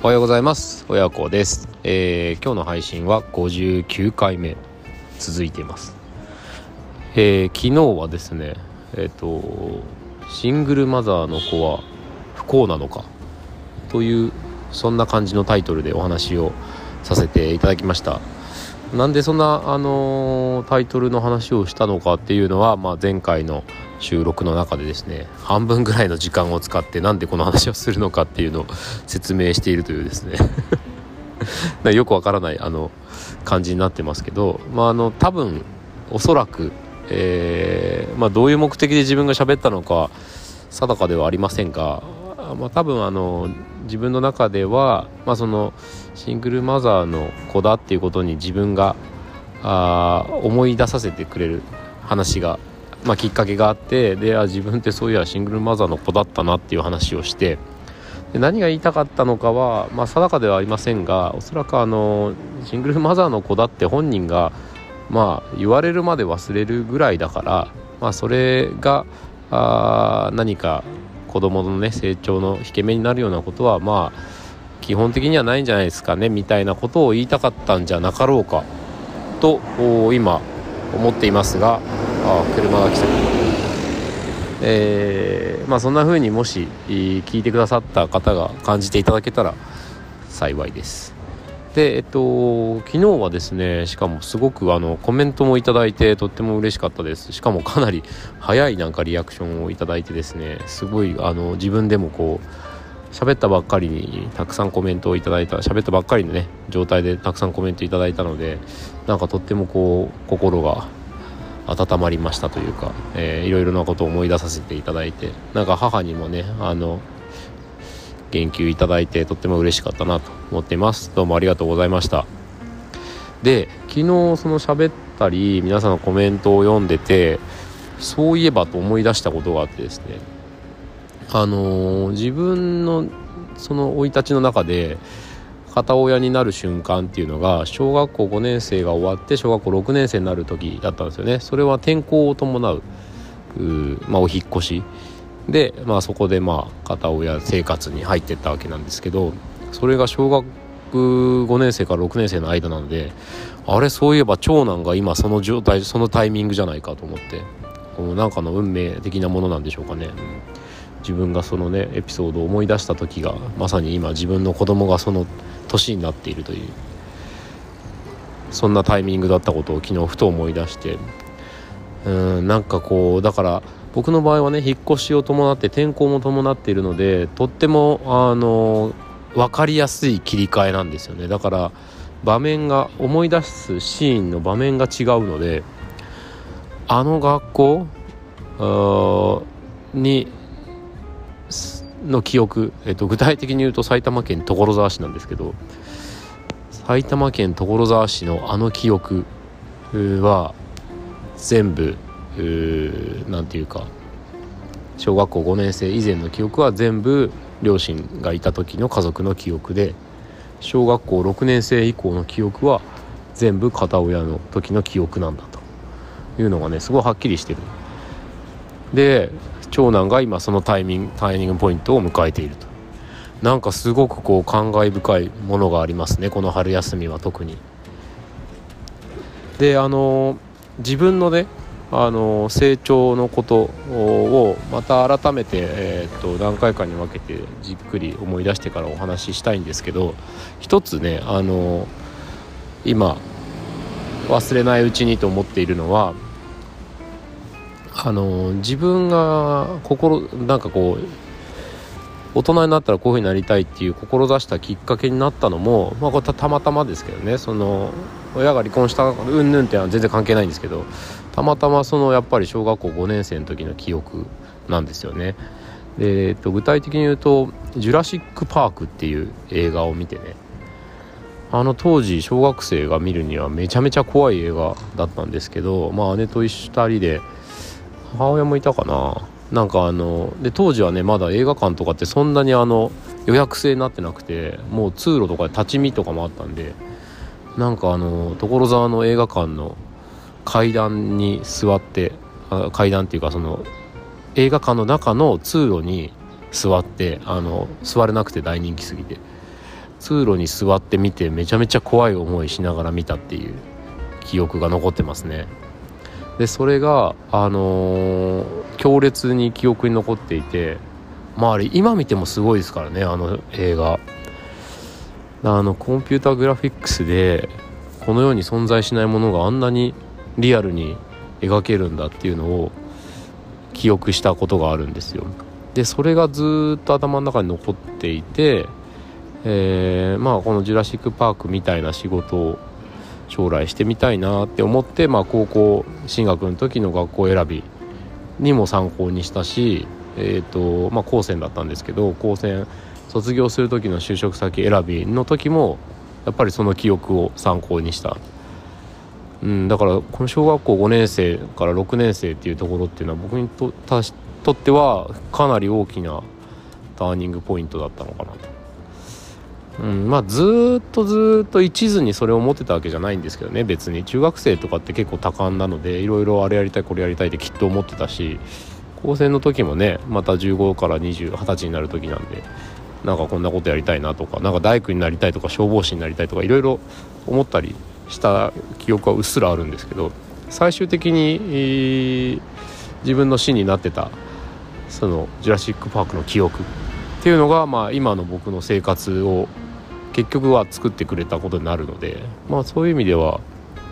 おはようございます。親子です。今日の配信は59回目続いています。昨日はですね、シングルマザーの子は不幸なのかというそんな感じのタイトルでお話をさせていただきました。なんでそんなタイトルの話をしたのかっていうのは、前回の収録の中でですね、半分ぐらいの時間を使ってなんでこの話をするのかっていうのを説明しているというですねよくわからない感じになってますけど、多分おそらく、どういう目的で自分が喋ったのか定かではありませんが、多分自分の中では、そのシングルマザーの子だっていうことに自分が思い出させてくれる話が、きっかけがあって、で自分ってそういやシングルマザーの子だったなっていう話をして、で何が言いたかったのかは、定かではありませんが、おそらくシングルマザーの子だって本人が言われるまで忘れるぐらいだから、それが何か子供のね成長の引け目になるようなことは基本的にはないんじゃないですかね、みたいなことを言いたかったんじゃなかろうかと今思っていますが、車が来た。そんな風にもし聞いてくださった方が感じていただけたら幸いです。で、昨日はですね、しかもすごくコメントもいただいてとっても嬉しかったです。しかもかなり早いリアクションをいただいてですね、すごい自分でも喋ったばっかりにたくさんコメントをいただいた、喋ったばっかりのね状態でたくさんコメントいただいたので、とっても心が温まりましたというか、いろいろなことを思い出させていただいて、母にもね言及いただいてとっても嬉しかったなと思っています。どうもありがとうございました。で、昨日喋ったり皆さんのコメントを読んでて、そういえばと思い出したことがあってですね、自分のその生い立ちの中で片親になる瞬間っていうのが小学校5年生が終わって小学校6年生になる時だったんですよね。それは転校を伴うお引っ越しで、そこで片親生活に入っていったわけなんですけど、それが小学5年生から6年生の間なので、そういえば長男が今その状態、そのタイミングじゃないかと思って、の運命的なものなんでしょうかね。自分がそのねエピソードを思い出した時がまさに今自分の子供がその年になっているという、そんなタイミングだったことを昨日ふと思い出して、だから僕の場合はね、引っ越しを伴って転校も伴っているので、とっても分かりやすい切り替えなんですよね。だから場面が、思い出すシーンの場面が違うので、学校の記憶、具体的に言うと埼玉県所沢市なんですけど、埼玉県所沢市の記憶は全部なんていうか、小学校5年生以前の記憶は全部両親がいた時の家族の記憶で、小学校6年生以降の記憶は全部片親の時の記憶なんだというのがね、すごいはっきりしてる。で、長男が今そのタイミングポイントを迎えていると、すごく感慨深いものがありますね、この春休みは特に。で、自分のね成長のことをまた改めて、何回かに分けてじっくり思い出してからお話ししたいんですけど、一つね今忘れないうちにと思っているのは、自分が大人になったらこういう風になりたいっていう志したきっかけになったのも、これたまたまですけどね、親が離婚したうんぬんってのは全然関係ないんですけど、たまたまやっぱり小学校5年生の時の記憶なんですよね。で、具体的に言うとジュラシックパークっていう映画を見てね、当時小学生が見るにはめちゃめちゃ怖い映画だったんですけど、姉と2人で、母親もいたかな、で当時はねまだ映画館とかってそんなに予約制になってなくて、もう通路とかで立ち見とかもあったんで、所沢の映画館の階段に座って、階段っていうか映画館の中の通路に座って、座れなくて大人気すぎて、 通路に座ってみてめちゃめちゃ怖い思いしながら見たっていう記憶が残ってますね。でそれが強烈に記憶に残っていて、あれ今見てもすごいですからね、あの映画。コンピューターグラフィックスでこの世に存在しないものがあんなにリアルに描けるんだっていうのを記憶したことがあるんですよ。でそれがずっと頭の中に残っていて、このジュラシックパークみたいな仕事を将来してみたいなって思って、高校進学の時の学校選びにも参考にしたし、高専だったんですけど、高専卒業する時の就職先選びの時もやっぱりその記憶を参考にした。だからこの小学校5年生から6年生っていうところっていうのは僕にとってはかなり大きなターニングポイントだったのかなと。ずっと一途にそれを思ってたわけじゃないんですけどね。別に中学生とかって結構多感なのでいろいろあれやりたいこれやりたいってきっと思ってたし、高専の時もねまた15から20歳になる時なんで、なんかこんなことやりたいなとか、なんか大工になりたいとか消防士になりたいとかいろいろ思ったりした記憶はうっすらあるんですけど、最終的に、自分の師になってたそのジュラシックパークの記憶っていうのが、今の僕の生活を結局は作ってくれたことになるので、そういう意味では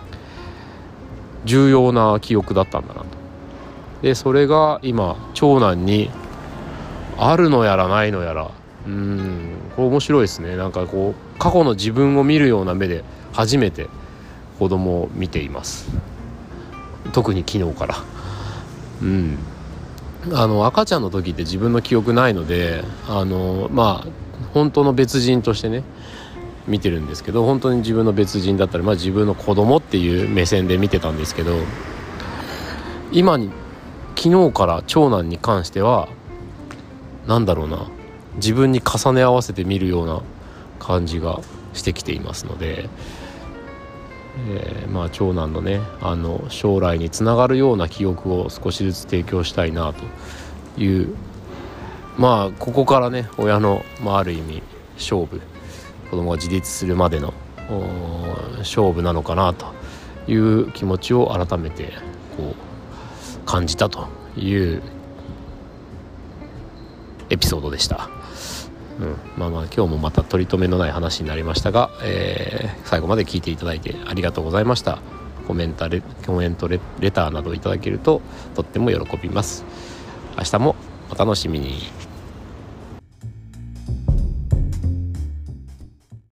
重要な記憶だったんだなと。でそれが今長男にあるのやらないのやら、これ面白いですね。なんかこう過去の自分を見るような目で初めて子供を見ています。特に昨日から。赤ちゃんの時って自分の記憶ないので、本当の別人としてね見てるんですけど、本当に自分の別人だったら、自分の子供っていう目線で見てたんですけど、昨日から長男に関しては自分に重ね合わせて見るような感じがしてきていますので、長男のね将来につながるような記憶を少しずつ提供したいなという、ここからね親の、ある意味勝負、子供が自立するまでの勝負なのかなという気持ちを改めてこう感じたというエピソードでした。今日もまた取り留めのない話になりましたが、最後まで聞いていただいてありがとうございました。コメントレターなどいただけるととっても喜びます。明日もお楽しみに。